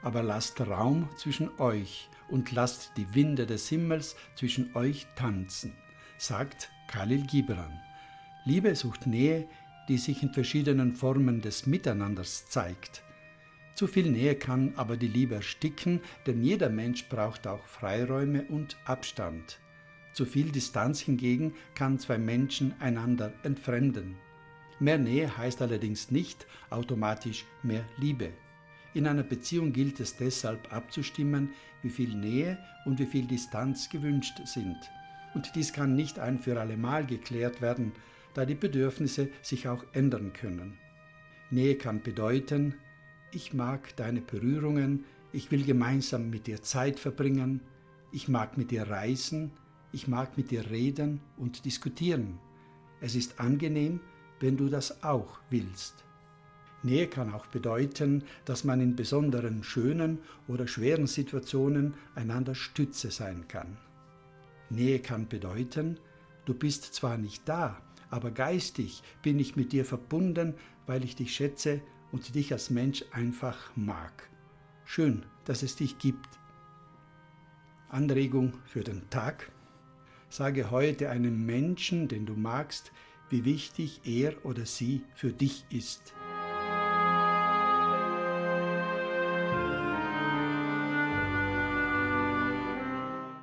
aber lasst Raum zwischen euch und lasst die Winde des Himmels zwischen euch tanzen, sagt Khalil Gibran. Liebe sucht Nähe, die sich in verschiedenen Formen des Miteinanders zeigt. Zu viel Nähe kann aber die Liebe ersticken, denn jeder Mensch braucht auch Freiräume und Abstand. Zu viel Distanz hingegen kann zwei Menschen einander entfremden. Mehr Nähe heißt allerdings nicht automatisch mehr Liebe. In einer Beziehung gilt es deshalb abzustimmen, wie viel Nähe und wie viel Distanz gewünscht sind. Und dies kann nicht ein für alle Mal geklärt werden, da die Bedürfnisse sich auch ändern können. Nähe kann bedeuten, ich mag deine Berührungen, ich will gemeinsam mit dir Zeit verbringen, ich mag mit dir reisen, ich mag mit dir reden und diskutieren. Es ist angenehm, wenn du das auch willst. Nähe kann auch bedeuten, dass man in besonderen schönen oder schweren Situationen einander Stütze sein kann. Nähe kann bedeuten, du bist zwar nicht da, aber geistig bin ich mit dir verbunden, weil ich dich schätze und dich als Mensch einfach mag. Schön, dass es dich gibt. Anregung für den Tag. Sage heute einem Menschen, den du magst, wie wichtig er oder sie für dich ist.